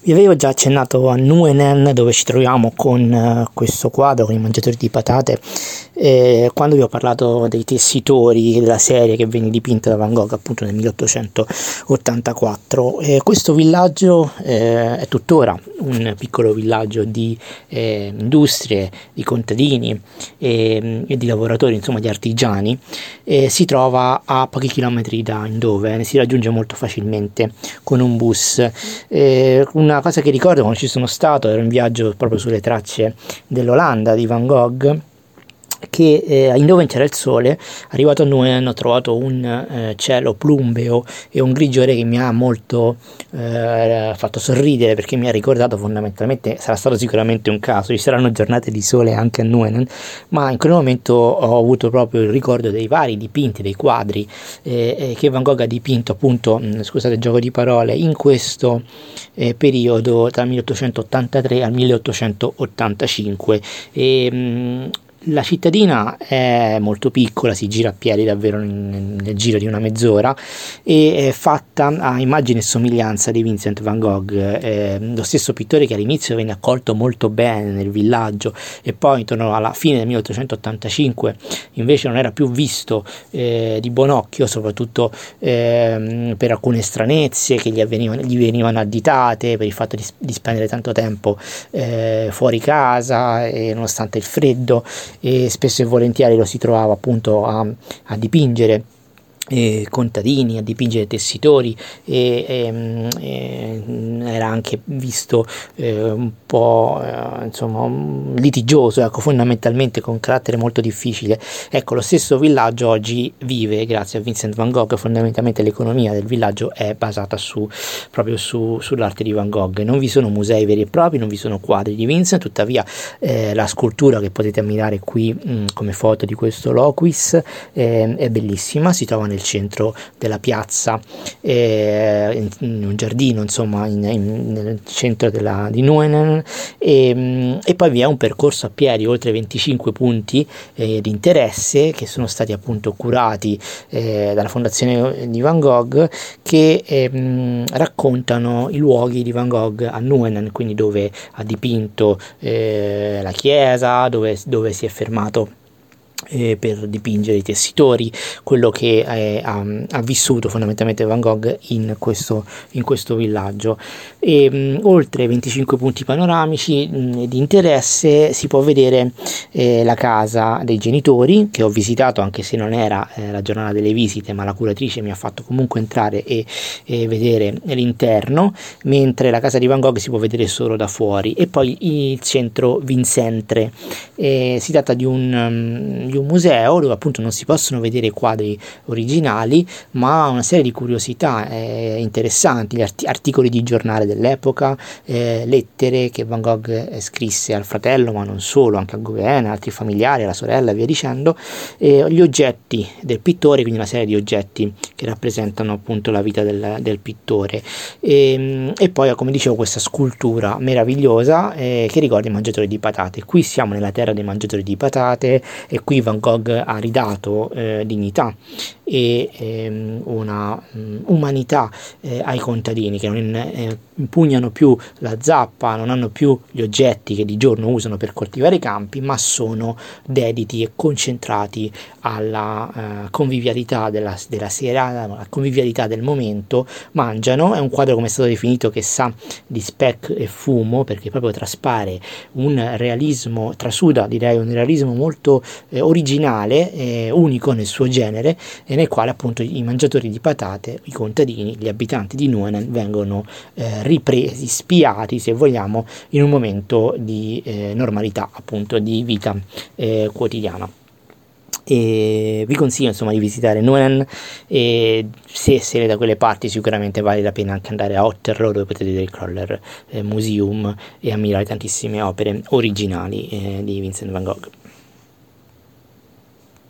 Vi avevo già accennato a Nuenen, dove ci troviamo con questo quadro, con i mangiatori di patate, quando vi ho parlato dei tessitori della serie che venne dipinta da Van Gogh appunto nel 1884. Questo villaggio è tuttora un piccolo villaggio di industrie, di contadini e di lavoratori, insomma di artigiani. Si trova a pochi chilometri da Eindhoven, si raggiunge molto facilmente con un bus. Una cosa che ricordo quando ci sono stato, ero in viaggio proprio sulle tracce dell'Olanda di Van Gogh, che a Eindhoven c'era il sole. Arrivato a Nuenen ho trovato un cielo plumbeo e un grigiore che mi ha molto fatto sorridere, perché mi ha ricordato fondamentalmente, sarà stato sicuramente un caso, ci saranno giornate di sole anche a Nuenen, ma in quel momento ho avuto proprio il ricordo dei vari dipinti, dei quadri che Van Gogh ha dipinto appunto, scusate il gioco di parole, in questo periodo tra il 1883 al 1885. La cittadina è molto piccola, si gira a piedi davvero nel giro di una mezz'ora, e è fatta a immagine e somiglianza di Vincent van Gogh, lo stesso pittore che all'inizio venne accolto molto bene nel villaggio e poi intorno alla fine del 1885 invece non era più visto di buon occhio, soprattutto per alcune stranezze che gli venivano additate per il fatto di spendere tanto tempo fuori casa, e nonostante il freddo, e spesso e volentieri lo si trovava appunto a dipingere contadini, a dipingere tessitori, era anche visto un po' insomma litigioso, ecco, fondamentalmente con carattere molto difficile. Ecco, lo stesso villaggio oggi vive grazie a Vincent van Gogh. Fondamentalmente l'economia del villaggio è basata proprio sull'arte di Van Gogh. Non vi sono musei veri e propri, non vi sono quadri di Vincent, tuttavia la scultura che potete ammirare qui come foto di questo Loquis è bellissima, si trova nel centro della piazza, in un giardino, insomma, nel centro di Nuenen, e poi vi è un percorso a piedi, oltre 25 punti di interesse che sono stati appunto curati dalla fondazione di Van Gogh, che raccontano i luoghi di Van Gogh a Nuenen, quindi dove ha dipinto la chiesa, dove si è fermato per dipingere i tessitori, quello che ha vissuto fondamentalmente Van Gogh in questo villaggio. E oltre 25 punti panoramici di interesse si può vedere la casa dei genitori, che ho visitato anche se non era la giornata delle visite, ma la curatrice mi ha fatto comunque entrare e vedere l'interno, mentre la casa di Van Gogh si può vedere solo da fuori. E poi il centro Vincentre, si tratta di un museo dove appunto non si possono vedere i quadri originali, ma una serie di curiosità interessanti, articoli di giornale dell'epoca, lettere che Van Gogh scrisse al fratello, ma non solo, anche a Gauguin, altri familiari, alla sorella e via dicendo, gli oggetti del pittore, quindi una serie di oggetti che rappresentano appunto la vita del pittore, e poi, come dicevo, questa scultura meravigliosa che ricorda i mangiatori di patate. Qui siamo nella terra dei mangiatori di patate, e qui Van Gogh ha ridato dignità e una umanità ai contadini, che non impugnano più la zappa, non hanno più gli oggetti che di giorno usano per coltivare i campi, ma sono dediti e concentrati alla convivialità della sera, alla convivialità del momento. Mangiano, è un quadro, come è stato definito, che sa di speck e fumo, perché proprio traspare un realismo, trasuda direi un realismo molto originale, unico nel suo genere, e nel quale appunto i mangiatori di patate, i contadini, gli abitanti di Nuenen vengono ripresi, spiati se vogliamo, in un momento di normalità, appunto di vita quotidiana. E vi consiglio insomma di visitare Nuenen, e se siete da quelle parti sicuramente vale la pena anche andare a Otterlo, dove potete vedere il Kroller Museum e ammirare tantissime opere originali di Vincent van Gogh.